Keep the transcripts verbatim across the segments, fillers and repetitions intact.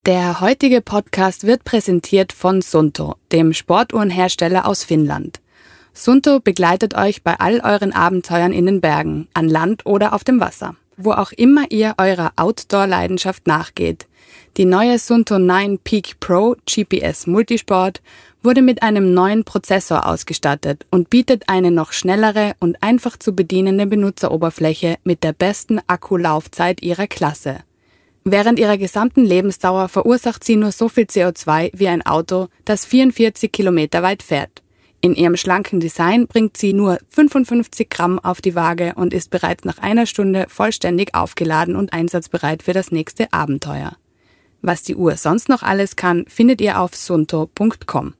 Der heutige Podcast wird präsentiert von Suunto, dem Sportuhrenhersteller aus Finnland. Suunto begleitet euch bei all euren Abenteuern in den Bergen, an Land oder auf dem Wasser. Wo auch immer ihr eurer Outdoor-Leidenschaft nachgeht. Die neue Suunto neun Peak Pro G P S Multisport wurde mit einem neuen Prozessor ausgestattet und bietet eine noch schnellere und einfach zu bedienende Benutzeroberfläche mit der besten Akkulaufzeit ihrer Klasse. Während ihrer gesamten Lebensdauer verursacht sie nur so viel C O zwei wie ein Auto, das vierundvierzig Kilometer weit fährt. In ihrem schlanken Design bringt sie nur fünfundfünfzig Gramm auf die Waage und ist bereits nach einer Stunde vollständig aufgeladen und einsatzbereit für das nächste Abenteuer. Was die Uhr sonst noch alles kann, findet ihr auf suunto punkt com.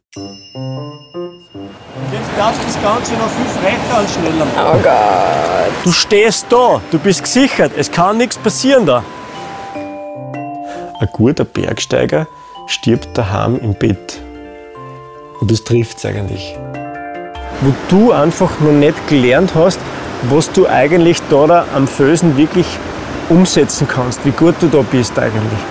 Jetzt darfst du das Ganze noch viel frecher und schneller machen. Oh Gott. Du stehst da, du bist gesichert, es kann nichts passieren da. Ein guter Bergsteiger stirbt daheim im Bett. Und das trifft's eigentlich. Wo du einfach noch nicht gelernt hast, was du eigentlich da, da am Felsen wirklich umsetzen kannst, wie gut du da bist eigentlich.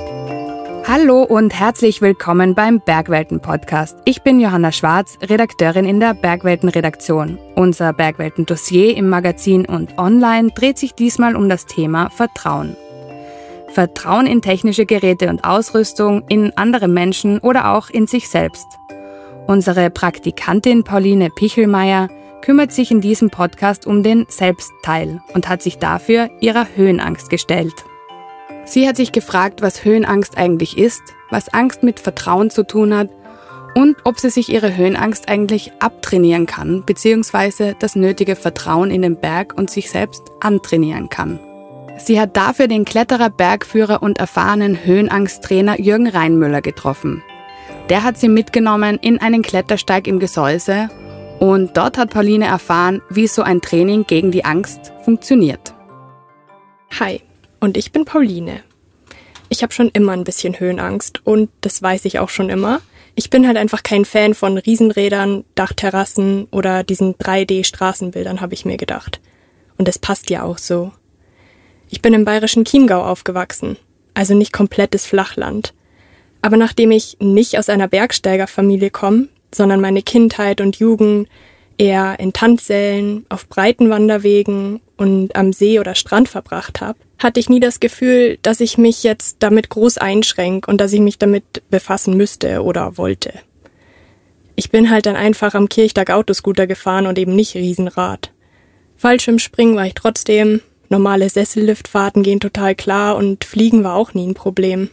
Hallo und herzlich willkommen beim Bergwelten-Podcast. Ich bin Johanna Schwarz, Redakteurin in der Bergwelten-Redaktion. Unser Bergwelten-Dossier im Magazin und online dreht sich diesmal um das Thema Vertrauen. Vertrauen in technische Geräte und Ausrüstung, in andere Menschen oder auch in sich selbst. Unsere Praktikantin Pauline Pichelmeier kümmert sich in diesem Podcast um den Selbstteil und hat sich dafür ihrer Höhenangst gestellt. Sie hat sich gefragt, was Höhenangst eigentlich ist, was Angst mit Vertrauen zu tun hat und ob sie sich ihre Höhenangst eigentlich abtrainieren kann bzw. das nötige Vertrauen in den Berg und sich selbst antrainieren kann. Sie hat dafür den Kletterer, Bergführer und erfahrenen Höhenangsttrainer Jürgen Reinmüller getroffen. Der hat sie mitgenommen in einen Klettersteig im Gesäuse und dort hat Pauline erfahren, wie so ein Training gegen die Angst funktioniert. Hi, und ich bin Pauline. Ich habe schon immer ein bisschen Höhenangst und das weiß ich auch schon immer. Ich bin halt einfach kein Fan von Riesenrädern, Dachterrassen oder diesen drei D-Straßenbildern, habe ich mir gedacht. Und das passt ja auch so. Ich bin im bayerischen Chiemgau aufgewachsen, also nicht komplettes Flachland. Aber nachdem ich nicht aus einer Bergsteigerfamilie komme, sondern meine Kindheit und Jugend eher in Tanzsälen, auf breiten Wanderwegen und am See oder Strand verbracht habe, hatte ich nie das Gefühl, dass ich mich jetzt damit groß einschränke und dass ich mich damit befassen müsste oder wollte. Ich bin halt dann einfach am Kirchtag Autoscooter gefahren und eben nicht Riesenrad. Fallschirmspringen war ich trotzdem. Normale Sesselliftfahrten gehen total klar und Fliegen war auch nie ein Problem.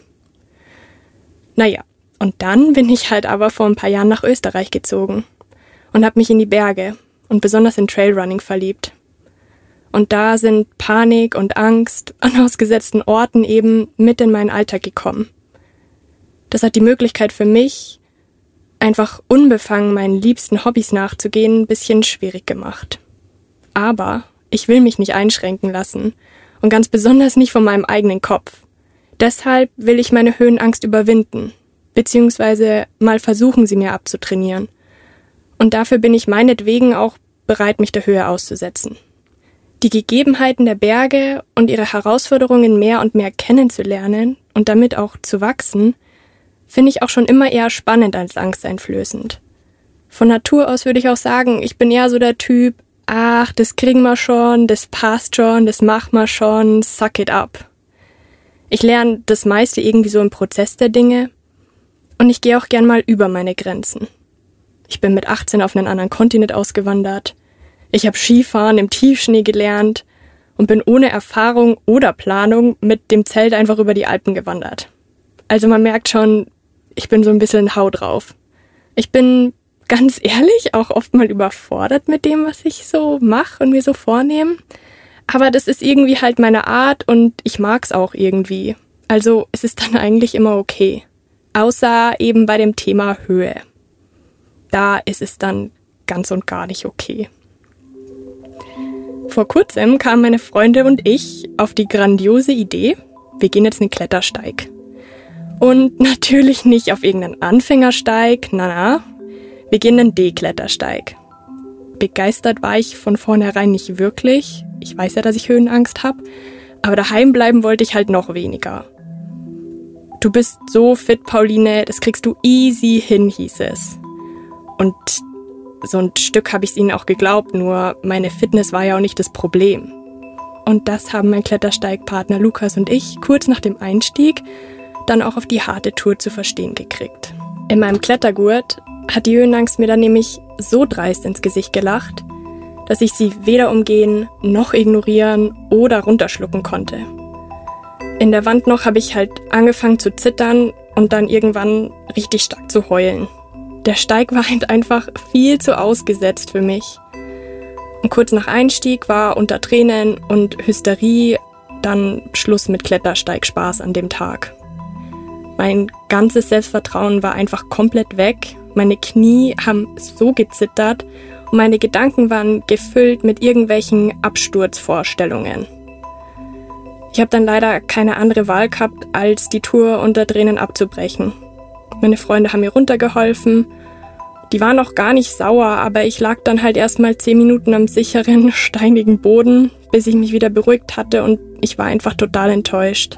Naja, und dann bin ich halt aber vor ein paar Jahren nach Österreich gezogen und habe mich in die Berge und besonders in Trailrunning verliebt. Und da sind Panik und Angst an ausgesetzten Orten eben mit in meinen Alltag gekommen. Das hat die Möglichkeit für mich, einfach unbefangen meinen liebsten Hobbys nachzugehen, ein bisschen schwierig gemacht. Aber ich will mich nicht einschränken lassen und ganz besonders nicht von meinem eigenen Kopf. Deshalb will ich meine Höhenangst überwinden, beziehungsweise mal versuchen, sie mir abzutrainieren. Und dafür bin ich meinetwegen auch bereit, mich der Höhe auszusetzen. Die Gegebenheiten der Berge und ihre Herausforderungen mehr und mehr kennenzulernen und damit auch zu wachsen, finde ich auch schon immer eher spannend als angsteinflößend. Von Natur aus würde ich auch sagen, ich bin eher so der Typ, ach, das kriegen wir schon, das passt schon, das machen wir schon, suck it up. Ich lerne das meiste irgendwie so im Prozess der Dinge und ich gehe auch gern mal über meine Grenzen. Ich bin mit achtzehn auf einen anderen Kontinent ausgewandert. Ich habe Skifahren im Tiefschnee gelernt und bin ohne Erfahrung oder Planung mit dem Zelt einfach über die Alpen gewandert. Also man merkt schon, ich bin so ein bisschen Hau drauf. Ich bin ganz ehrlich auch oft mal überfordert mit dem, was ich so mache und mir so vornehme. Aber das ist irgendwie halt meine Art und ich mag's auch irgendwie. Also es ist dann eigentlich immer okay. Außer eben bei dem Thema Höhe. Da ist es dann ganz und gar nicht okay. Vor kurzem kamen meine Freunde und ich auf die grandiose Idee, wir gehen jetzt einen Klettersteig. Und natürlich nicht auf irgendeinen Anfängersteig, na na, wir gehen einen D-Klettersteig. Begeistert war ich von vornherein nicht wirklich. Ich weiß ja, dass ich Höhenangst habe, aber daheim bleiben wollte ich halt noch weniger. Du bist so fit, Pauline, das kriegst du easy hin, hieß es. Und so ein Stück habe ich es ihnen auch geglaubt, nur meine Fitness war ja auch nicht das Problem. Und das haben mein Klettersteigpartner Lukas und ich kurz nach dem Einstieg dann auch auf die harte Tour zu verstehen gekriegt. In meinem Klettergurt hat die Höhenangst mir dann nämlich so dreist ins Gesicht gelacht, dass ich sie weder umgehen, noch ignorieren oder runterschlucken konnte. In der Wand noch habe ich halt angefangen zu zittern und dann irgendwann richtig stark zu heulen. Der Steig war halt einfach viel zu ausgesetzt für mich. Und kurz nach Einstieg war unter Tränen und Hysterie dann Schluss mit Klettersteigspaß an dem Tag. Mein ganzes Selbstvertrauen war einfach komplett weg. Meine Knie haben so gezittert und meine Gedanken waren gefüllt mit irgendwelchen Absturzvorstellungen. Ich habe dann leider keine andere Wahl gehabt, als die Tour unter Tränen abzubrechen. Meine Freunde haben mir runtergeholfen. Die waren auch gar nicht sauer, aber ich lag dann halt erstmal zehn Minuten am sicheren, steinigen Boden, bis ich mich wieder beruhigt hatte und ich war einfach total enttäuscht.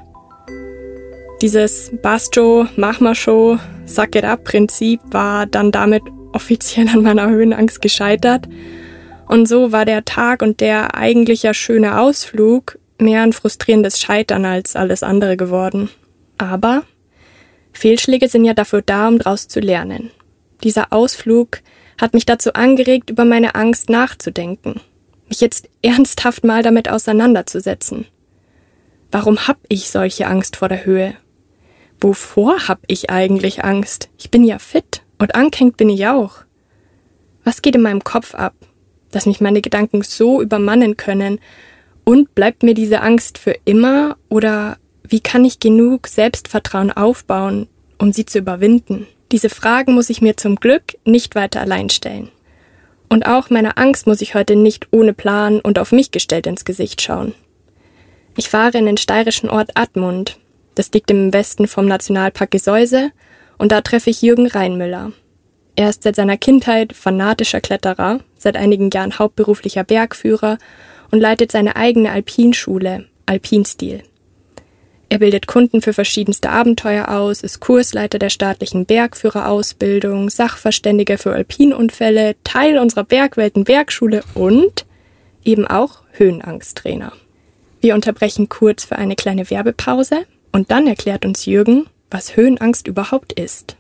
Dieses Bastjo, Machma-Show, Suck-it-up-Prinzip war dann damit offiziell an meiner Höhenangst gescheitert. Und so war der Tag und der eigentlich ja schöne Ausflug mehr ein frustrierendes Scheitern als alles andere geworden. Aber Fehlschläge sind ja dafür da, um daraus zu lernen. Dieser Ausflug hat mich dazu angeregt, über meine Angst nachzudenken, mich jetzt ernsthaft mal damit auseinanderzusetzen. Warum hab ich solche Angst vor der Höhe? Wovor hab ich eigentlich Angst? Ich bin ja fit und angehängt bin ich auch. Was geht in meinem Kopf ab, dass mich meine Gedanken so übermannen können? Und bleibt mir diese Angst für immer? Oder wie kann ich genug Selbstvertrauen aufbauen, um sie zu überwinden? Diese Fragen muss ich mir zum Glück nicht weiter allein stellen. Und auch meiner Angst muss ich heute nicht ohne Plan und auf mich gestellt ins Gesicht schauen. Ich fahre in den steirischen Ort Admund. Das liegt im Westen vom Nationalpark Gesäuse und da treffe ich Jürgen Reinmüller. Er ist seit seiner Kindheit fanatischer Kletterer, seit einigen Jahren hauptberuflicher Bergführer und leitet seine eigene Alpinschule, Alpinstil. Er bildet Kunden für verschiedenste Abenteuer aus, ist Kursleiter der staatlichen Bergführerausbildung, Sachverständiger für Alpinunfälle, Teil unserer Bergwelten-Bergschule und eben auch Höhenangsttrainer. Wir unterbrechen kurz für eine kleine Werbepause und dann erklärt uns Jürgen, was Höhenangst überhaupt ist.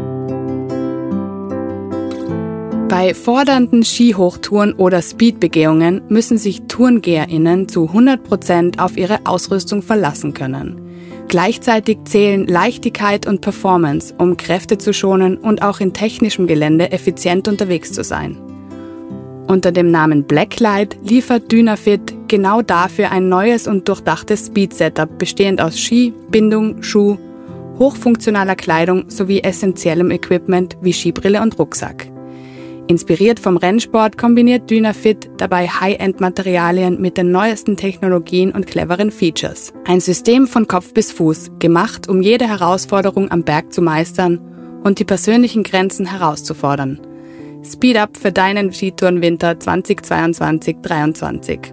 Bei fordernden Skihochtouren oder Speedbegehungen müssen sich TourengeherInnen zu hundert Prozent auf ihre Ausrüstung verlassen können. Gleichzeitig zählen Leichtigkeit und Performance, um Kräfte zu schonen und auch in technischem Gelände effizient unterwegs zu sein. Unter dem Namen Blacklight liefert Dynafit genau dafür ein neues und durchdachtes Speed-Setup, bestehend aus Ski, Bindung, Schuh, hochfunktionaler Kleidung sowie essentiellem Equipment wie Skibrille und Rucksack. Inspiriert vom Rennsport kombiniert Dynafit dabei High-End-Materialien mit den neuesten Technologien und cleveren Features. Ein System von Kopf bis Fuß, gemacht, um jede Herausforderung am Berg zu meistern und die persönlichen Grenzen herauszufordern. Speed up für deinen Skitourenwinter zweitausendzweiundzwanzig dreiundzwanzig.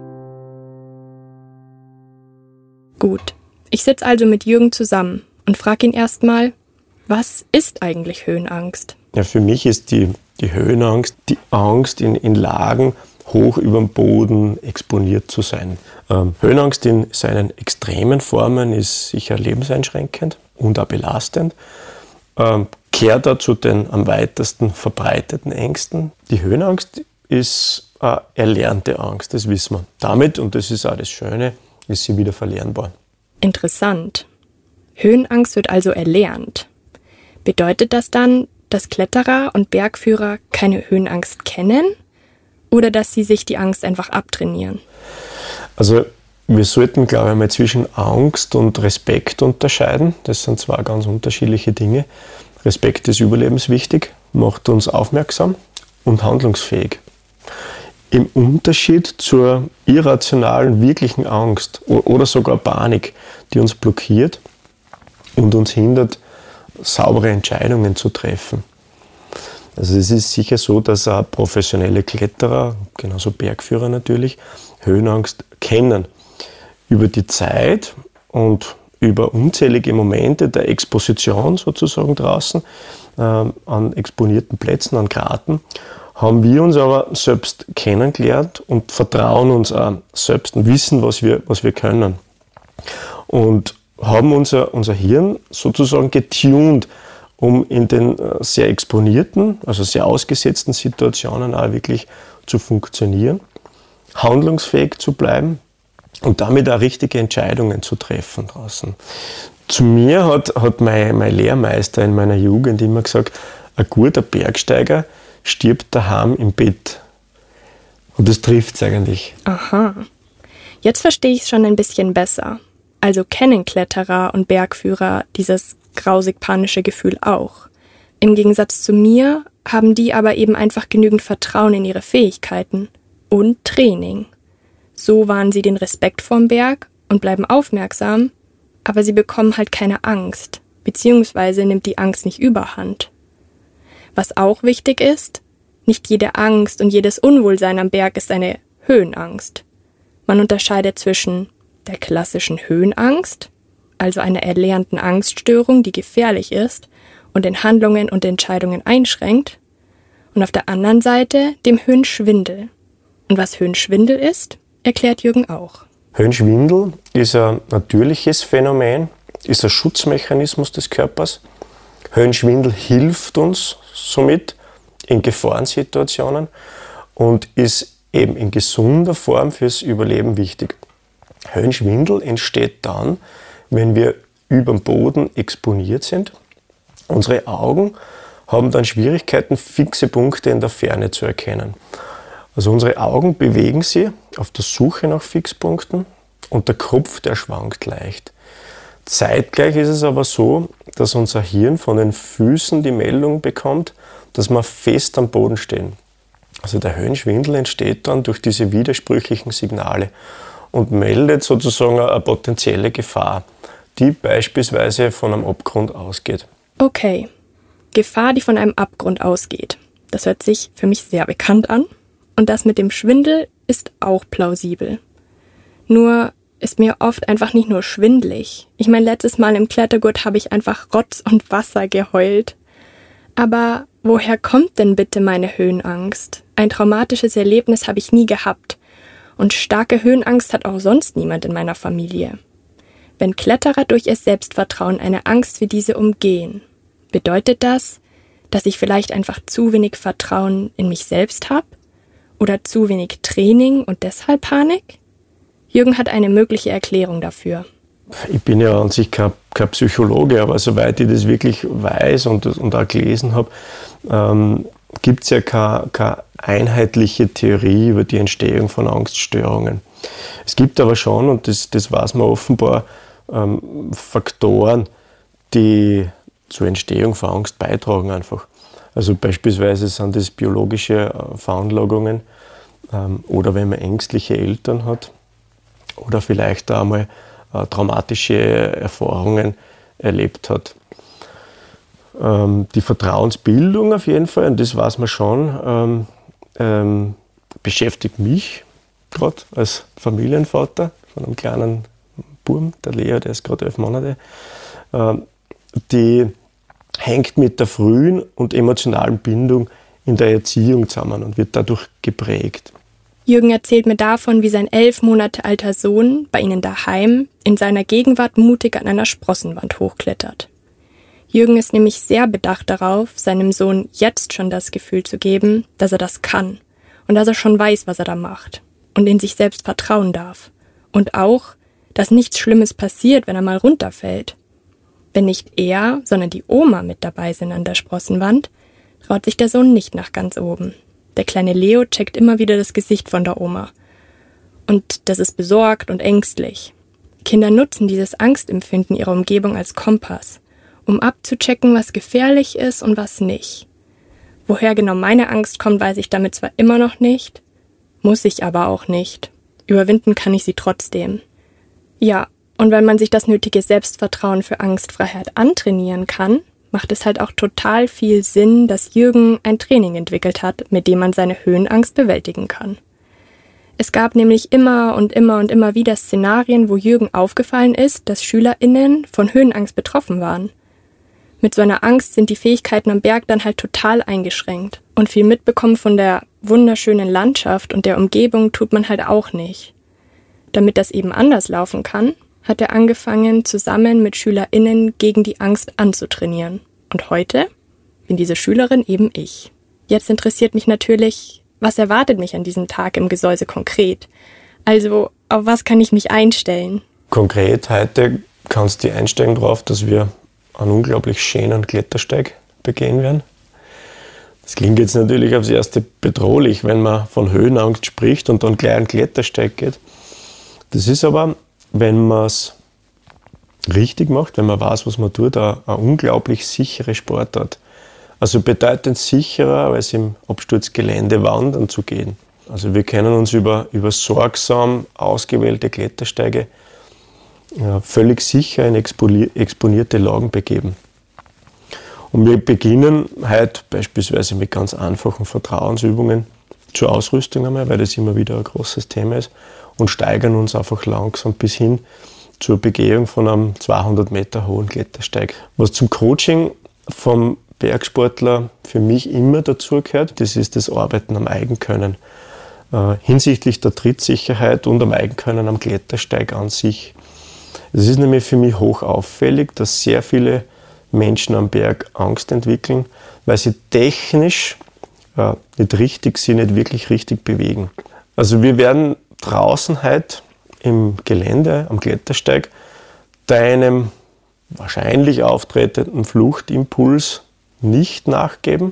Gut, ich sitze also mit Jürgen zusammen und frage ihn erstmal, was ist eigentlich Höhenangst? Ja, für mich ist die, die Höhenangst die Angst, in, in Lagen hoch über dem Boden exponiert zu sein. Ähm, Höhenangst in seinen extremen Formen ist sicher lebenseinschränkend und auch belastend. Ähm, kehrt da zu den am weitesten verbreiteten Ängsten. Die Höhenangst ist eine erlernte Angst, das wissen wir. Damit, und das ist auch das Schöne, ist sie wieder verlernbar. Interessant. Höhenangst wird also erlernt. Bedeutet das dann, dass Kletterer und Bergführer keine Höhenangst kennen oder dass sie sich die Angst einfach abtrainieren? Also wir sollten, glaube ich, mal zwischen Angst und Respekt unterscheiden. Das sind zwei ganz unterschiedliche Dinge. Respekt ist überlebenswichtig, macht uns aufmerksam und handlungsfähig. Im Unterschied zur irrationalen, wirklichen Angst oder sogar Panik, die uns blockiert und uns hindert, saubere Entscheidungen zu treffen. Also es ist sicher so, dass auch professionelle Kletterer, genauso Bergführer natürlich, Höhenangst kennen. Über die Zeit und über unzählige Momente der Exposition sozusagen draußen, äh, an exponierten Plätzen, an Graten, haben wir uns aber selbst kennengelernt und vertrauen uns auch selbst und wissen, was wir, was wir können. Und haben unser, unser Hirn sozusagen getuned, um in den sehr exponierten, also sehr ausgesetzten Situationen auch wirklich zu funktionieren, handlungsfähig zu bleiben und damit auch richtige Entscheidungen zu treffen draußen. Zu mir hat, hat mein, mein Lehrmeister in meiner Jugend immer gesagt, ein guter Bergsteiger stirbt daheim im Bett. Und das trifft es eigentlich. Aha. Jetzt verstehe ich es schon ein bisschen besser. Also kennen Kletterer und Bergführer dieses grausig-panische Gefühl auch. Im Gegensatz zu mir haben die aber eben einfach genügend Vertrauen in ihre Fähigkeiten und Training. So wahren sie den Respekt vorm Berg und bleiben aufmerksam, aber sie bekommen halt keine Angst, beziehungsweise nimmt die Angst nicht überhand. Was auch wichtig ist, nicht jede Angst und jedes Unwohlsein am Berg ist eine Höhenangst. Man unterscheidet zwischen der klassischen Höhenangst, also einer erlernten Angststörung, die gefährlich ist und in Handlungen und Entscheidungen einschränkt, und auf der anderen Seite dem Höhenschwindel. Und was Höhenschwindel ist, erklärt Jürgen auch. Höhenschwindel ist ein natürliches Phänomen, ist ein Schutzmechanismus des Körpers. Höhenschwindel hilft uns somit in Gefahrensituationen und ist eben in gesunder Form fürs Überleben wichtig. Höhenschwindel entsteht dann, wenn wir über dem Boden exponiert sind. Unsere Augen haben dann Schwierigkeiten, fixe Punkte in der Ferne zu erkennen. Also unsere Augen bewegen sich auf der Suche nach Fixpunkten und der Kopf, der schwankt leicht. Zeitgleich ist es aber so, dass unser Hirn von den Füßen die Meldung bekommt, dass wir fest am Boden stehen. Also der Höhenschwindel entsteht dann durch diese widersprüchlichen Signale und meldet sozusagen eine potenzielle Gefahr, die beispielsweise von einem Abgrund ausgeht. Okay, Gefahr, die von einem Abgrund ausgeht. Das hört sich für mich sehr bekannt an. Und das mit dem Schwindel ist auch plausibel. Nur ist mir oft einfach nicht nur schwindelig. Ich meine, letztes Mal im Klettergurt habe ich einfach Rotz und Wasser geheult. Aber woher kommt denn bitte meine Höhenangst? Ein traumatisches Erlebnis habe ich nie gehabt. Und starke Höhenangst hat auch sonst niemand in meiner Familie. Wenn Kletterer durch ihr Selbstvertrauen eine Angst wie diese umgehen, bedeutet das, dass ich vielleicht einfach zu wenig Vertrauen in mich selbst habe? Oder zu wenig Training und deshalb Panik? Jürgen hat eine mögliche Erklärung dafür. Ich bin ja an sich kein, kein Psychologe, aber soweit ich das wirklich weiß und, und auch gelesen habe, ähm, gibt es ja keine, keine einheitliche Theorie über die Entstehung von Angststörungen. Es gibt aber schon, und das, das weiß man offenbar, ähm, Faktoren, die zur Entstehung von Angst beitragen einfach. Also beispielsweise sind das biologische Veranlagungen ähm, oder wenn man ängstliche Eltern hat oder vielleicht auch einmal äh, traumatische Erfahrungen erlebt hat. Ähm, die Vertrauensbildung auf jeden Fall, und das weiß man schon, ähm, ähm, beschäftigt mich gerade als Familienvater von einem kleinen Burm, der Lea, der ist gerade elf Monate. Ähm, die hängt mit der frühen und emotionalen Bindung in der Erziehung zusammen und wird dadurch geprägt. Jürgen erzählt mir davon, wie sein elf Monate alter Sohn bei ihnen daheim in seiner Gegenwart mutig an einer Sprossenwand hochklettert. Jürgen ist nämlich sehr bedacht darauf, seinem Sohn jetzt schon das Gefühl zu geben, dass er das kann und dass er schon weiß, was er da macht und in sich selbst vertrauen darf. Und auch, dass nichts Schlimmes passiert, wenn er mal runterfällt. Wenn nicht er, sondern die Oma mit dabei sind an der Sprossenwand, traut sich der Sohn nicht nach ganz oben. Der kleine Leo checkt immer wieder das Gesicht von der Oma. Und das ist besorgt und ängstlich. Kinder nutzen dieses Angstempfinden ihrer Umgebung als Kompass, um abzuchecken, was gefährlich ist und was nicht. Woher genau meine Angst kommt, weiß ich damit zwar immer noch nicht, muss ich aber auch nicht. Überwinden kann ich sie trotzdem. Ja, und wenn man sich das nötige Selbstvertrauen für Angstfreiheit antrainieren kann, macht es halt auch total viel Sinn, dass Jürgen ein Training entwickelt hat, mit dem man seine Höhenangst bewältigen kann. Es gab nämlich immer und immer und immer wieder Szenarien, wo Jürgen aufgefallen ist, dass SchülerInnen von Höhenangst betroffen waren. Mit so einer Angst sind die Fähigkeiten am Berg dann halt total eingeschränkt. Und viel mitbekommen von der wunderschönen Landschaft und der Umgebung tut man halt auch nicht. Damit das eben anders laufen kann, hat er angefangen, zusammen mit SchülerInnen gegen die Angst anzutrainieren. Und heute bin diese Schülerin eben ich. Jetzt interessiert mich natürlich, was erwartet mich an diesem Tag im Gesäuse konkret? Also, auf was kann ich mich einstellen? Konkret heute kannst du dich einstellen darauf, dass wir einen unglaublich schönen Klettersteig begehen werden. Das klingt jetzt natürlich aufs Erste bedrohlich, wenn man von Höhenangst spricht und dann gleich einen Klettersteig geht. Das ist aber, wenn man es richtig macht, wenn man weiß, was man tut, eine, eine unglaublich sichere Sportart. Also bedeutend sicherer, als im Absturzgelände wandern zu gehen. Also wir können uns über, über sorgsam ausgewählte Klettersteige ja, völlig sicher in exponierte Lagen begeben. Und wir beginnen heute beispielsweise mit ganz einfachen Vertrauensübungen zur Ausrüstung einmal, weil das immer wieder ein großes Thema ist, und steigern uns einfach langsam bis hin zur Begehung von einem zweihundert Meter hohen Klettersteig. Was zum Coaching vom Bergsportler für mich immer dazugehört, das ist das Arbeiten am Eigenkönnen. Äh, hinsichtlich der Trittsicherheit und am Eigenkönnen am Klettersteig an sich. Es ist nämlich für mich hoch auffällig, dass sehr viele Menschen am Berg Angst entwickeln, weil sie technisch äh, nicht richtig sind, nicht wirklich richtig bewegen. Also wir werden draußen heute im Gelände, am Klettersteig, deinem wahrscheinlich auftretenden Fluchtimpuls nicht nachgeben.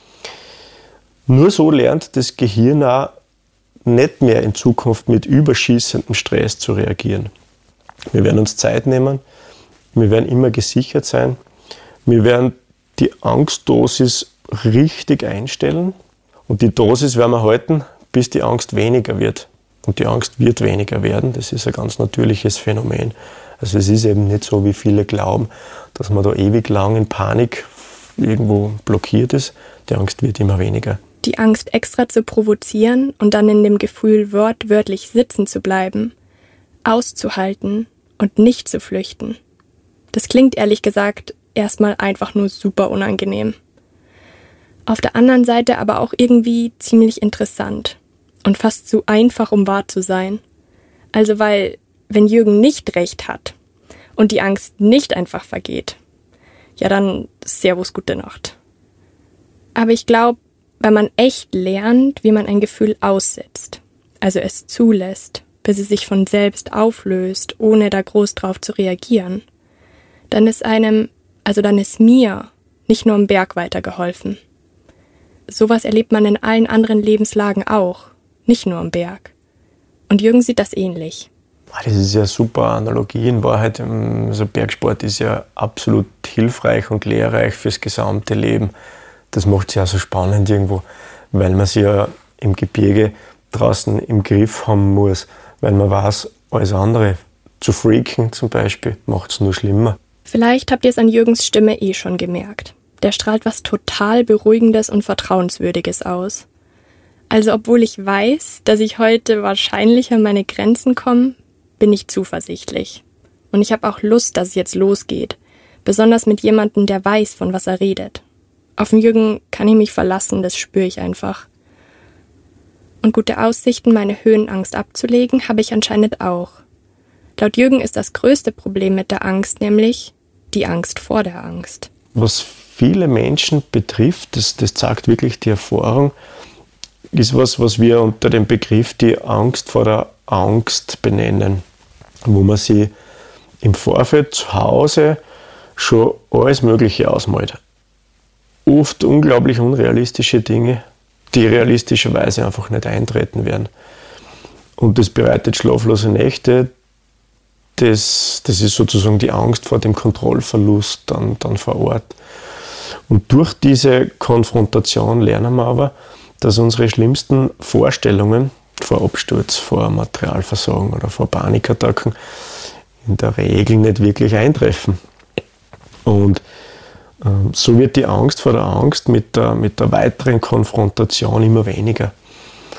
Nur so lernt das Gehirn auch nicht mehr in Zukunft mit überschießendem Stress zu reagieren. Wir werden uns Zeit nehmen, wir werden immer gesichert sein, wir werden die Angstdosis richtig einstellen und die Dosis werden wir halten, bis die Angst weniger wird. Und die Angst wird weniger werden, das ist ein ganz natürliches Phänomen. Also es ist eben nicht so, wie viele glauben, dass man da ewig lang in Panik irgendwo blockiert ist. Die Angst wird immer weniger. Die Angst extra zu provozieren und dann in dem Gefühl wortwörtlich sitzen zu bleiben, auszuhalten und nicht zu flüchten. Das klingt ehrlich gesagt erstmal einfach nur super unangenehm. Auf der anderen Seite aber auch irgendwie ziemlich interessant und fast zu einfach, um wahr zu sein. Also weil, wenn Jürgen nicht recht hat und die Angst nicht einfach vergeht, ja dann servus, gute Nacht. Aber ich glaube, wenn man echt lernt, wie man ein Gefühl aussetzt, also es zulässt, bis es sich von selbst auflöst, ohne da groß drauf zu reagieren, dann ist einem, also dann ist mir nicht nur am Berg weitergeholfen. Sowas erlebt man in allen anderen Lebenslagen auch, nicht nur am Berg. Und Jürgen sieht das ähnlich. Das ist ja eine super Analogie. In Wahrheit, also Bergsport ist ja absolut hilfreich und lehrreich fürs gesamte Leben. Das macht es ja so spannend irgendwo, weil man sich ja im Gebirge draußen im Griff haben muss, weil man weiß, alles andere zu freaken zum Beispiel macht es nur schlimmer. Vielleicht habt ihr es an Jürgens Stimme eh schon gemerkt. Der strahlt was total Beruhigendes und Vertrauenswürdiges aus. Also obwohl ich weiß, dass ich heute wahrscheinlich an meine Grenzen komme, bin ich zuversichtlich. Und ich habe auch Lust, dass es jetzt losgeht. Besonders mit jemandem, der weiß, von was er redet. Auf den Jürgen kann ich mich verlassen, das spüre ich einfach. Und gute Aussichten, meine Höhenangst abzulegen, habe ich anscheinend auch. Laut Jürgen ist das größte Problem mit der Angst nämlich die Angst vor der Angst. Was viele Menschen betrifft, das, das zeigt wirklich die Erfahrung, ist was, was wir unter dem Begriff die Angst vor der Angst benennen, wo man sich im Vorfeld zu Hause schon alles Mögliche ausmalt. Oft unglaublich unrealistische Dinge, die realistischerweise einfach nicht eintreten werden. Und das bereitet schlaflose Nächte. Das, das ist sozusagen die Angst vor dem Kontrollverlust dann, dann vor Ort. Und durch diese Konfrontation lernen wir aber, dass unsere schlimmsten Vorstellungen vor Absturz, vor Materialversagen oder vor Panikattacken in der Regel nicht wirklich eintreffen. Und ähm, so wird die Angst vor der Angst mit der, mit der weiteren Konfrontation immer weniger.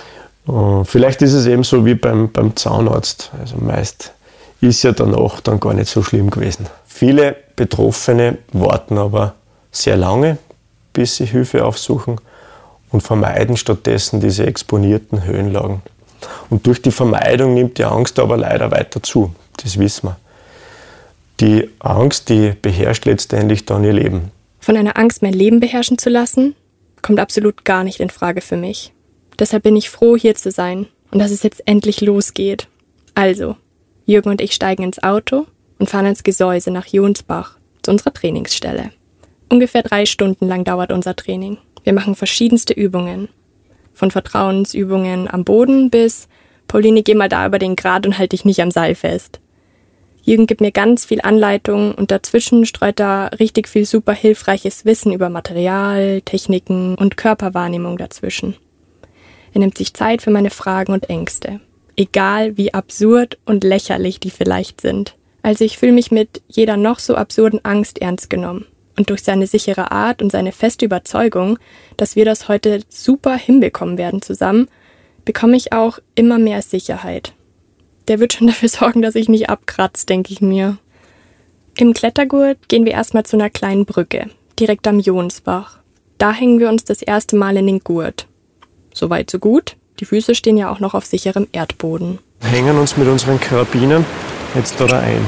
Und vielleicht ist es eben so wie beim, beim Zahnarzt. Also meist ist ja danach dann gar nicht so schlimm gewesen. Viele Betroffene warten aber sehr lange, bis sie Hilfe aufsuchen und vermeiden stattdessen diese exponierten Höhenlagen. Und durch die Vermeidung nimmt die Angst aber leider weiter zu. Das wissen wir. Die Angst, die beherrscht letztendlich dann ihr Leben. Von einer Angst mein Leben beherrschen zu lassen, kommt absolut gar nicht in Frage für mich. Deshalb bin ich froh, hier zu sein und dass es jetzt endlich losgeht. Also, Jürgen und ich steigen ins Auto und fahren ins Gesäuse nach Jonsbach, zu unserer Trainingsstelle. Ungefähr drei Stunden lang dauert unser Training. Wir machen verschiedenste Übungen. Von Vertrauensübungen am Boden bis Pauline, geh mal da über den Grat und halt dich nicht am Seil fest. Jürgen gibt mir ganz viel Anleitung und dazwischen streut er richtig viel super hilfreiches Wissen über Material, Techniken und Körperwahrnehmung dazwischen. Er nimmt sich Zeit für meine Fragen und Ängste. Egal wie absurd und lächerlich die vielleicht sind. Also ich fühle mich mit jeder noch so absurden Angst ernst genommen. Und durch seine sichere Art und seine feste Überzeugung, dass wir das heute super hinbekommen werden zusammen, bekomme ich auch immer mehr Sicherheit. Der wird schon dafür sorgen, dass ich nicht abkratze, denke ich mir. Im Klettergurt gehen wir erstmal zu einer kleinen Brücke, direkt am Jonsbach. Da hängen wir uns das erste Mal in den Gurt. Soweit so gut, die Füße stehen ja auch noch auf sicherem Erdboden. Wir hängen uns mit unseren Karabinern jetzt da ein.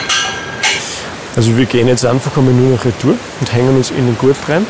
Also wir gehen jetzt einfach einmal nur noch retour und hängen uns in den Gurt rein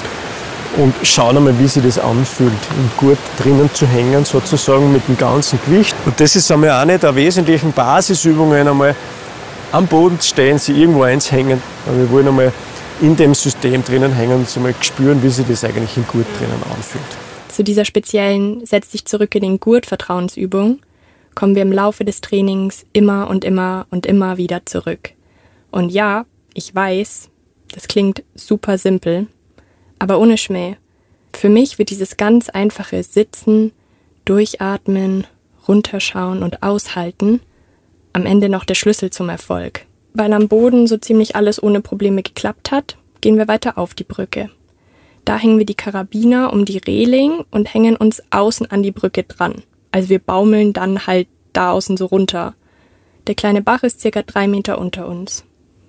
und schauen einmal, wie sich das anfühlt, im Gurt drinnen zu hängen, sozusagen mit dem ganzen Gewicht. Und das ist einmal eine der wesentlichen Basisübungen, einmal am Boden stehen, sie irgendwo eins hängen. Wir wollen einmal in dem System drinnen hängen und einmal spüren, wie sich das eigentlich im Gurt drinnen anfühlt. Zu dieser speziellen Setz dich zurück in den Gurt-Vertrauensübung kommen wir im Laufe des Trainings immer und immer und immer wieder zurück. Und ja, ich weiß, das klingt super simpel, aber ohne Schmäh. Für mich wird dieses ganz einfache Sitzen, Durchatmen, Runterschauen und Aushalten am Ende noch der Schlüssel zum Erfolg. Weil am Boden so ziemlich alles ohne Probleme geklappt hat, gehen wir weiter auf die Brücke. Da hängen wir die Karabiner um die Reling und hängen uns außen an die Brücke dran. Also wir baumeln dann halt da außen so runter. Der kleine Bach ist circa drei Meter unter uns.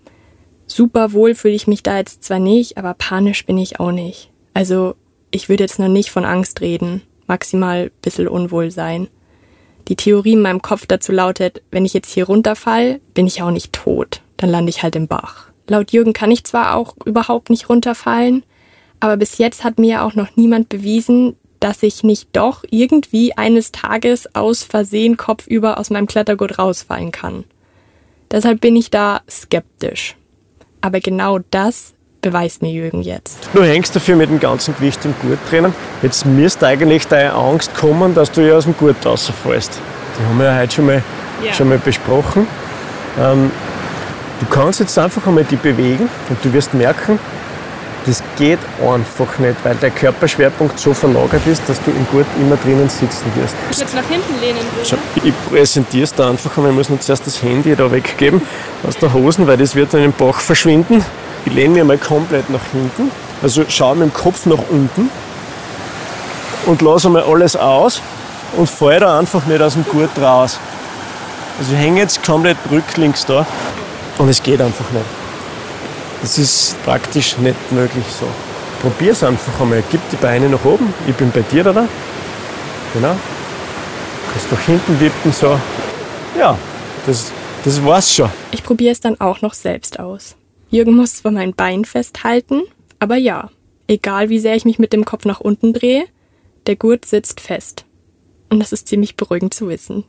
Super wohl fühle ich mich da jetzt zwar nicht, aber panisch bin ich auch nicht. Also ich würde jetzt noch nicht von Angst reden, maximal ein bisschen unwohl sein. Die Theorie in meinem Kopf dazu lautet, wenn ich jetzt hier runterfall, bin ich auch nicht tot, dann lande ich halt im Bach. Laut Jürgen kann ich zwar auch überhaupt nicht runterfallen, aber bis jetzt hat mir auch noch niemand bewiesen, dass ich nicht doch irgendwie eines Tages aus Versehen kopfüber aus meinem Klettergurt rausfallen kann. Deshalb bin ich da skeptisch. Aber genau das beweist mir Jürgen jetzt. Du hängst dafür mit dem ganzen Gewicht im Gurt drinnen. Jetzt müsste eigentlich deine Angst kommen, dass du ja aus dem Gurt rausfällst. Die haben wir ja heute schon mal, ja. schon mal besprochen. Ähm, du kannst jetzt einfach einmal die bewegen und du wirst merken, das geht einfach nicht, weil dein Körperschwerpunkt so verlagert ist, dass du im Gurt immer drinnen sitzen wirst. Ich jetzt nach hinten lehnen will. Schau, ich präsentiere es da einfach einmal. Ich muss noch zuerst das Handy da weggeben aus der Hosen, weil das wird dann im Bauch verschwinden. Ich lehne mich mal komplett nach hinten, also schaue mit dem Kopf nach unten und lasse einmal alles aus und falle da einfach nicht aus dem Gurt raus. Also ich hänge jetzt komplett rücklings da und es geht einfach nicht. Das ist praktisch nicht möglich so. Probier es einfach einmal. Gib die Beine nach oben. Ich bin bei dir da. Genau. Du kannst nach hinten wippen so. Ja, das, das war's schon. Ich probiere es dann auch noch selbst aus. Jürgen muss zwar mein Bein festhalten, aber ja, egal wie sehr ich mich mit dem Kopf nach unten drehe, der Gurt sitzt fest. Und das ist ziemlich beruhigend zu wissen.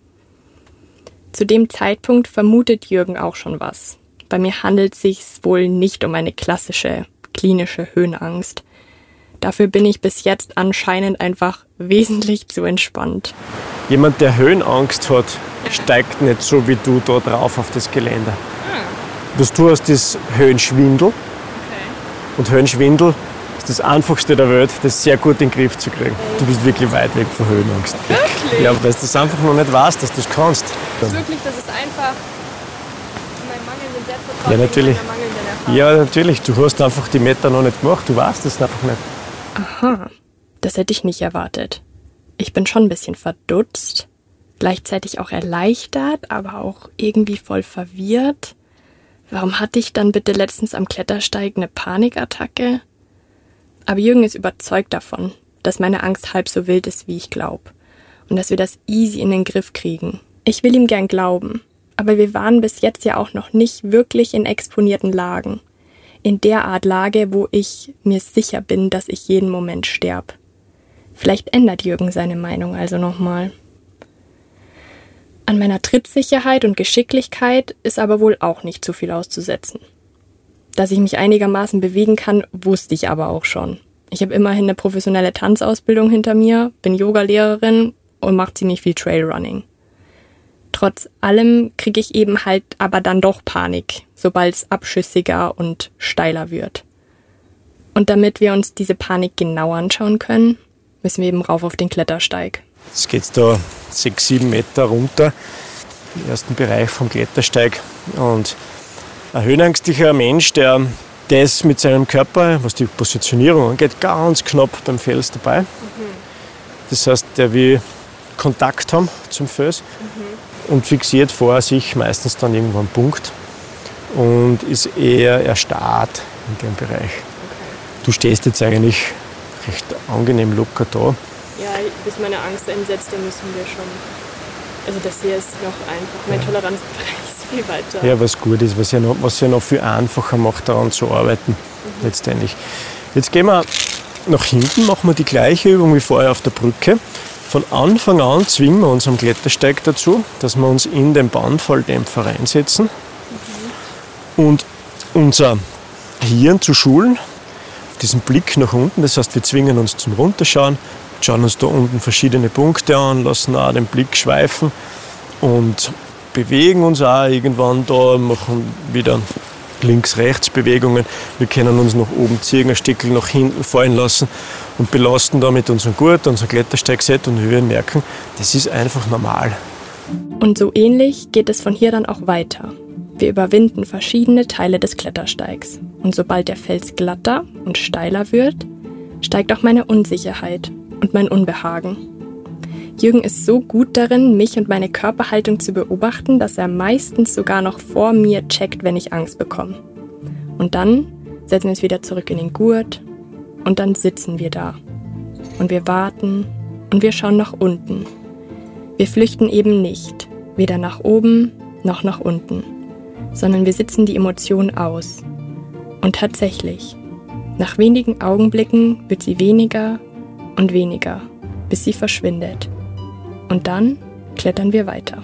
Zu dem Zeitpunkt vermutet Jürgen auch schon was. Bei mir handelt es sich wohl nicht um eine klassische, klinische Höhenangst. Dafür bin ich bis jetzt anscheinend einfach wesentlich zu entspannt. Jemand, der Höhenangst hat, steigt nicht so wie du da drauf auf das Geländer. Was du hast, ist Höhenschwindel. Okay. Und Höhenschwindel ist das Einfachste der Welt, das sehr gut in den Griff zu kriegen. Du bist wirklich weit weg von Höhenangst. Wirklich? Ja, weil du das einfach noch nicht weißt, dass du das kannst. Das ist wirklich, das ist einfach mein mangelnden Selbstvertrauen. Ja, natürlich. Meiner mangelnden Erfahrung. Ja, natürlich. Du hast einfach die Meter noch nicht gemacht. Du weißt das einfach nicht. Aha, das hätte ich nicht erwartet. Ich bin schon ein bisschen verdutzt, gleichzeitig auch erleichtert, aber auch irgendwie voll verwirrt. Warum hatte ich dann bitte letztens am Klettersteig eine Panikattacke? Aber Jürgen ist überzeugt davon, dass meine Angst halb so wild ist, wie ich glaube. Und dass wir das easy in den Griff kriegen. Ich will ihm gern glauben, aber wir waren bis jetzt ja auch noch nicht wirklich in exponierten Lagen. In der Art Lage, wo ich mir sicher bin, dass ich jeden Moment sterb. Vielleicht ändert Jürgen seine Meinung also nochmal. An meiner Trittsicherheit und Geschicklichkeit ist aber wohl auch nicht zu viel auszusetzen. Dass ich mich einigermaßen bewegen kann, wusste ich aber auch schon. Ich habe immerhin eine professionelle Tanzausbildung hinter mir, bin Yogalehrerin und mache ziemlich viel Trailrunning. Trotz allem kriege ich eben halt aber dann doch Panik, sobald es abschüssiger und steiler wird. Und damit wir uns diese Panik genau anschauen können, müssen wir eben rauf auf den Klettersteig. Jetzt geht es da sechs, sieben Meter runter, im ersten Bereich vom Klettersteig. Und ein höhenängstlicher Mensch, der, der ist mit seinem Körper, was die Positionierung angeht, ganz knapp beim Fels dabei. Mhm. Das heißt, der will Kontakt haben zum Fels mhm. und fixiert vor sich meistens dann irgendwo einen Punkt und ist eher erstarrt in dem Bereich. Okay. Du stehst jetzt eigentlich recht angenehm locker da. Ja, bis meine Angst einsetzt, dann müssen wir schon. Also das hier ist noch einfach, mein Toleranzbereich ist viel weiter. Ja, was gut ist, was ja noch, was ja noch viel einfacher macht, daran zu arbeiten, mhm. letztendlich. Jetzt gehen wir nach hinten, machen wir die gleiche Übung wie vorher auf der Brücke. Von Anfang an zwingen wir uns am Klettersteig dazu, dass wir uns in den Bandfalldämpfer reinsetzen mhm. und unser Hirn zu schulen, diesen Blick nach unten. Das heißt, wir zwingen uns zum Runterschauen, schauen uns da unten verschiedene Punkte an, lassen auch den Blick schweifen und bewegen uns auch irgendwann da, machen wieder Links-Rechts-Bewegungen. Wir können uns nach oben ziehen, ein Stückchen nach hinten fallen lassen und belasten damit unseren Gurt, unser Klettersteigset und wir merken, das ist einfach normal. Und so ähnlich geht es von hier dann auch weiter. Wir überwinden verschiedene Teile des Klettersteigs. Und sobald der Fels glatter und steiler wird, steigt auch meine Unsicherheit und mein Unbehagen. Jürgen ist so gut darin, mich und meine Körperhaltung zu beobachten, dass er meistens sogar noch vor mir checkt, wenn ich Angst bekomme. Und dann setzen wir uns wieder zurück in den Gurt und dann sitzen wir da. Und wir warten und wir schauen nach unten. Wir flüchten eben nicht, weder nach oben noch nach unten, sondern wir sitzen die Emotion aus. Und tatsächlich, nach wenigen Augenblicken wird sie weniger und weniger, bis sie verschwindet. Und dann klettern wir weiter.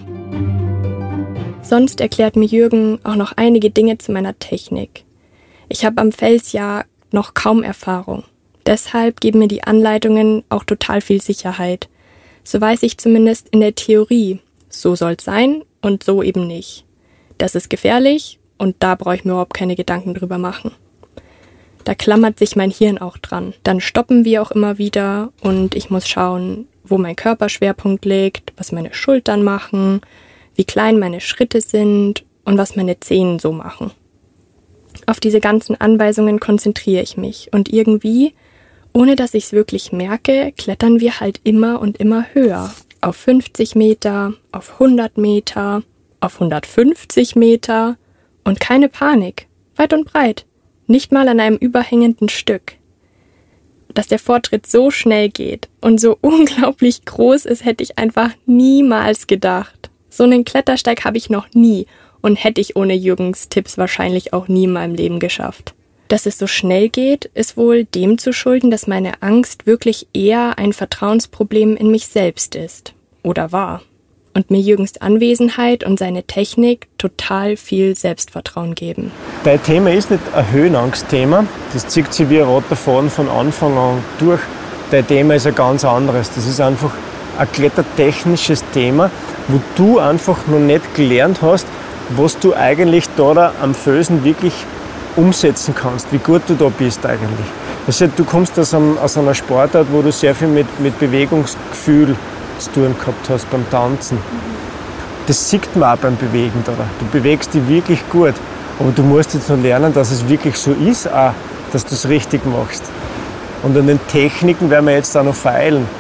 Sonst erklärt mir Jürgen auch noch einige Dinge zu meiner Technik. Ich habe am Fels ja noch kaum Erfahrung. Deshalb geben mir die Anleitungen auch total viel Sicherheit. So weiß ich zumindest in der Theorie, so soll's sein und so eben nicht. Das ist gefährlich und da brauche ich mir überhaupt keine Gedanken drüber machen. Da klammert sich mein Hirn auch dran. Dann stoppen wir auch immer wieder und ich muss schauen, wo mein Körperschwerpunkt liegt, was meine Schultern machen, wie klein meine Schritte sind und was meine Zehen so machen. Auf diese ganzen Anweisungen konzentriere ich mich und irgendwie, ohne dass ich es wirklich merke, klettern wir halt immer und immer höher. Auf fünfzig Meter, auf hundert Meter, auf hundertfünfzig Meter und keine Panik, weit und breit, nicht mal an einem überhängenden Stück. Dass der Fortschritt so schnell geht und so unglaublich groß ist, hätte ich einfach niemals gedacht. So einen Klettersteig habe ich noch nie und hätte ich ohne Jürgens Tipps wahrscheinlich auch nie in meinem Leben geschafft. Dass es so schnell geht, ist wohl dem zu schulden, dass meine Angst wirklich eher ein Vertrauensproblem in mich selbst ist. Oder war. Und mir Jürgens Anwesenheit und seine Technik total viel Selbstvertrauen geben. Dein Thema ist nicht ein Höhenangstthema. Das zieht sich wie ein roter Faden von Anfang an durch. Dein Thema ist ein ganz anderes. Das ist einfach ein klettertechnisches Thema, wo du einfach noch nicht gelernt hast, was du eigentlich da am Felsen wirklich umsetzen kannst, wie gut du da bist eigentlich. Das heißt, du kommst aus, einem, aus einer Sportart, wo du sehr viel mit, mit Bewegungsgefühl zu tun gehabt hast beim Tanzen. Das sieht man auch beim Bewegen da. Du bewegst dich wirklich gut, aber du musst jetzt noch lernen, dass es wirklich so ist, auch, dass du es richtig machst. Und an den Techniken werden wir jetzt auch noch feilen.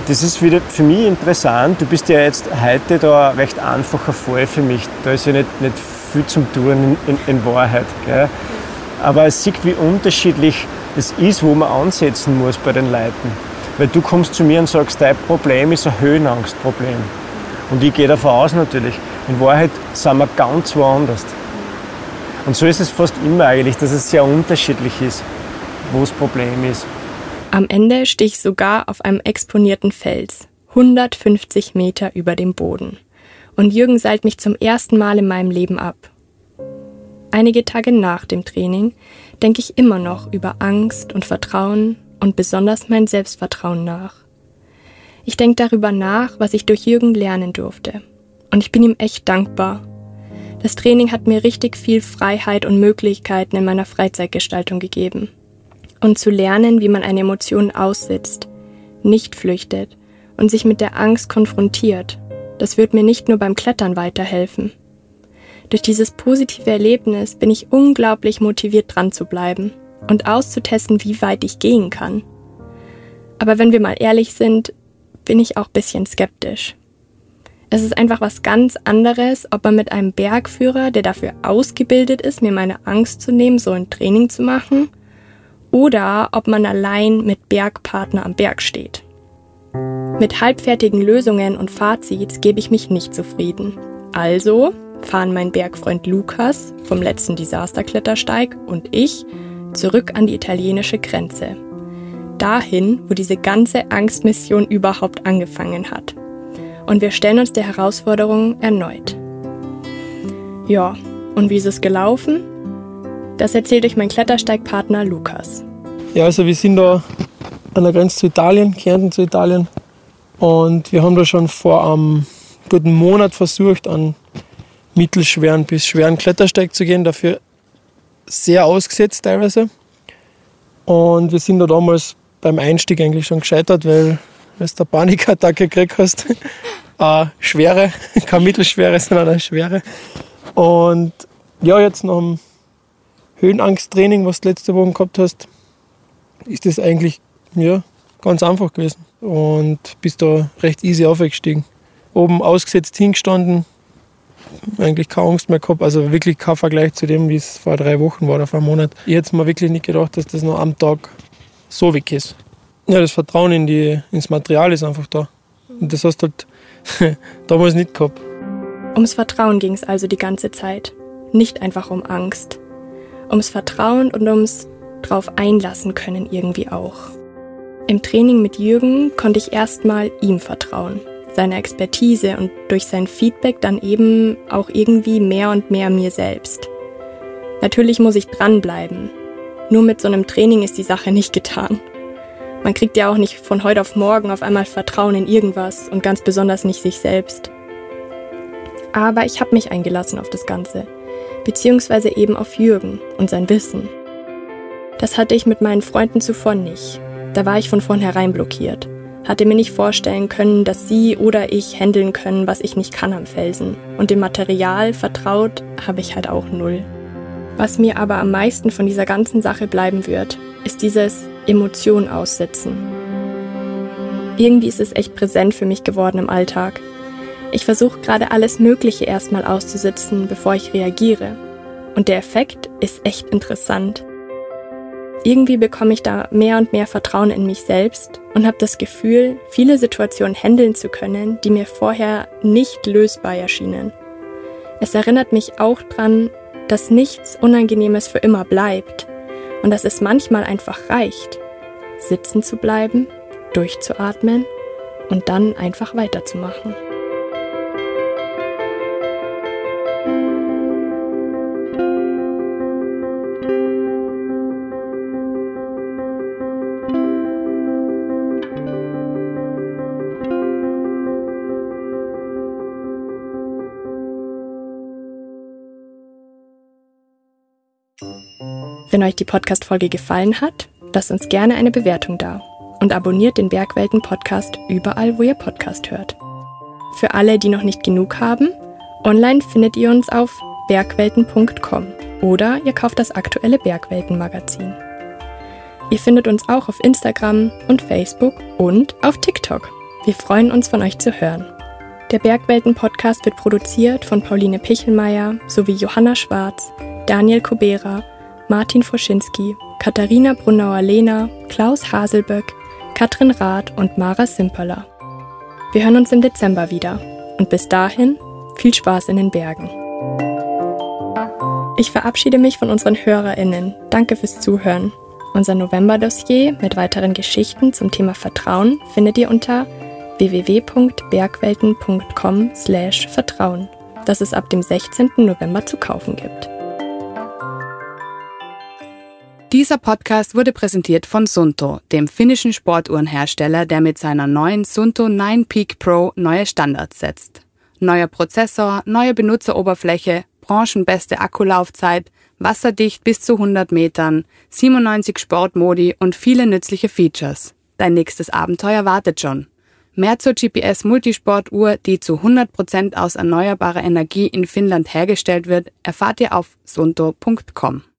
das ist wieder für mich interessant. Du bist ja jetzt heute da ein recht einfacher Fall für mich. Da ist ja nicht, nicht viel zum Tun in, in, in Wahrheit. Gell? Aber es sieht, wie unterschiedlich es ist, wo man ansetzen muss bei den Leuten. Weil du kommst zu mir und sagst, dein Problem ist ein Höhenangstproblem. Und ich gehe davon aus natürlich, in Wahrheit sind wir ganz woanders. Und so ist es fast immer eigentlich, dass es sehr unterschiedlich ist, wo das Problem ist. Am Ende stehe ich sogar auf einem exponierten Fels, hundertfünfzig Meter über dem Boden. Und Jürgen seilt mich zum ersten Mal in meinem Leben ab. Einige Tage nach dem Training denke ich immer noch über Angst und Vertrauen und besonders mein Selbstvertrauen nach. Ich denke darüber nach, was ich durch Jürgen lernen durfte. Und ich bin ihm echt dankbar. Das Training hat mir richtig viel Freiheit und Möglichkeiten in meiner Freizeitgestaltung gegeben. Und zu lernen, wie man eine Emotion aussitzt, nicht flüchtet und sich mit der Angst konfrontiert, das wird mir nicht nur beim Klettern weiterhelfen. Durch dieses positive Erlebnis bin ich unglaublich motiviert, dran zu bleiben und auszutesten, wie weit ich gehen kann. Aber wenn wir mal ehrlich sind, bin ich auch ein bisschen skeptisch. Es ist einfach was ganz anderes, ob man mit einem Bergführer, der dafür ausgebildet ist, mir meine Angst zu nehmen, so ein Training zu machen, oder ob man allein mit Bergpartner am Berg steht. Mit halbfertigen Lösungen und Fazits gebe ich mich nicht zufrieden. Also fahren mein Bergfreund Lukas vom letzten Disasterklettersteig und ich zurück an die italienische Grenze. Dahin, wo diese ganze Angstmission überhaupt angefangen hat. Und wir stellen uns der Herausforderung erneut. Ja, und wie ist es gelaufen? Das erzählt euch mein Klettersteigpartner Lukas. Ja, also wir sind da an der Grenze zu Italien, Kärnten zu Italien. Und wir haben da schon vor einem guten Monat versucht, an mittelschweren bis schweren Klettersteig zu gehen. Dafür sehr ausgesetzt teilweise. Und wir sind da damals beim Einstieg eigentlich schon gescheitert, weil du eine Panikattacke gekriegt hast. Eine schwere, keine mittelschwere, sondern eine schwere. Und ja, jetzt nach dem Höhenangsttraining, was du letzte Woche gehabt hast, ist das eigentlich ja, ganz einfach gewesen. Und bist da recht easy aufgestiegen. Oben ausgesetzt hingestanden, eigentlich keine Angst mehr gehabt. Also wirklich kein Vergleich zu dem, wie es vor drei Wochen war oder vor einem Monat. Ich hätte mir wirklich nicht gedacht, dass das noch am Tag so weg ist. Ja, das Vertrauen in die, ins Material ist einfach da. Und das hast du halt damals nicht gehabt. Ums Vertrauen ging es also die ganze Zeit. Nicht einfach um Angst. Ums Vertrauen und ums drauf einlassen können irgendwie auch. Im Training mit Jürgen konnte ich erstmal ihm vertrauen, seiner Expertise und durch sein Feedback dann eben auch irgendwie mehr und mehr mir selbst. Natürlich muss ich dranbleiben. Nur mit so einem Training ist die Sache nicht getan. Man kriegt ja auch nicht von heute auf morgen auf einmal Vertrauen in irgendwas und ganz besonders nicht sich selbst. Aber ich habe mich eingelassen auf das Ganze, beziehungsweise eben auf Jürgen und sein Wissen. Das hatte ich mit meinen Freunden zuvor nicht. Da war ich von vornherein blockiert. Hatte mir nicht vorstellen können, dass sie oder ich handeln können, was ich nicht kann am Felsen. Und dem Material vertraut habe ich halt auch null. Was mir aber am meisten von dieser ganzen Sache bleiben wird, ist dieses Emotionen aussitzen. Irgendwie ist es echt präsent für mich geworden im Alltag. Ich versuche gerade alles Mögliche erstmal auszusitzen, bevor ich reagiere. Und der Effekt ist echt interessant. Irgendwie bekomme ich da mehr und mehr Vertrauen in mich selbst und habe das Gefühl, viele Situationen handeln zu können, die mir vorher nicht lösbar erschienen. Es erinnert mich auch daran, dass nichts Unangenehmes für immer bleibt und dass es manchmal einfach reicht, sitzen zu bleiben, durchzuatmen und dann einfach weiterzumachen. Wenn euch die Podcast-Folge gefallen hat, lasst uns gerne eine Bewertung da und abonniert den Bergwelten-Podcast überall, wo ihr Podcast hört. Für alle, die noch nicht genug haben, online findet ihr uns auf bergwelten punkt com oder ihr kauft das aktuelle Bergwelten-Magazin. Ihr findet uns auch auf Instagram und Facebook und auf TikTok. Wir freuen uns, von euch zu hören. Der Bergwelten-Podcast wird produziert von Pauline Pichelmeier sowie Johanna Schwarz, Daniel Kobera, Martin Froschinski, Katharina Brunauer-Lehner, Klaus Haselböck, Katrin Rath und Mara Simperler. Wir hören uns im Dezember wieder und bis dahin viel Spaß in den Bergen. Ich verabschiede mich von unseren HörerInnen. Danke fürs Zuhören. Unser November-Dossier mit weiteren Geschichten zum Thema Vertrauen findet ihr unter w w w punkt bergwelten punkt com slash vertrauen, das es ab dem sechzehnten November zu kaufen gibt. Dieser Podcast wurde präsentiert von Suunto, dem finnischen Sportuhrenhersteller, der mit seiner neuen Suunto neun Peak Pro neue Standards setzt. Neuer Prozessor, neue Benutzeroberfläche, branchenbeste Akkulaufzeit, wasserdicht bis zu hundert Metern, siebenundneunzig Sportmodi und viele nützliche Features. Dein nächstes Abenteuer wartet schon. Mehr zur G P S-Multisportuhr, die zu hundert Prozent aus erneuerbarer Energie in Finnland hergestellt wird, erfahrt ihr auf suunto punkt com.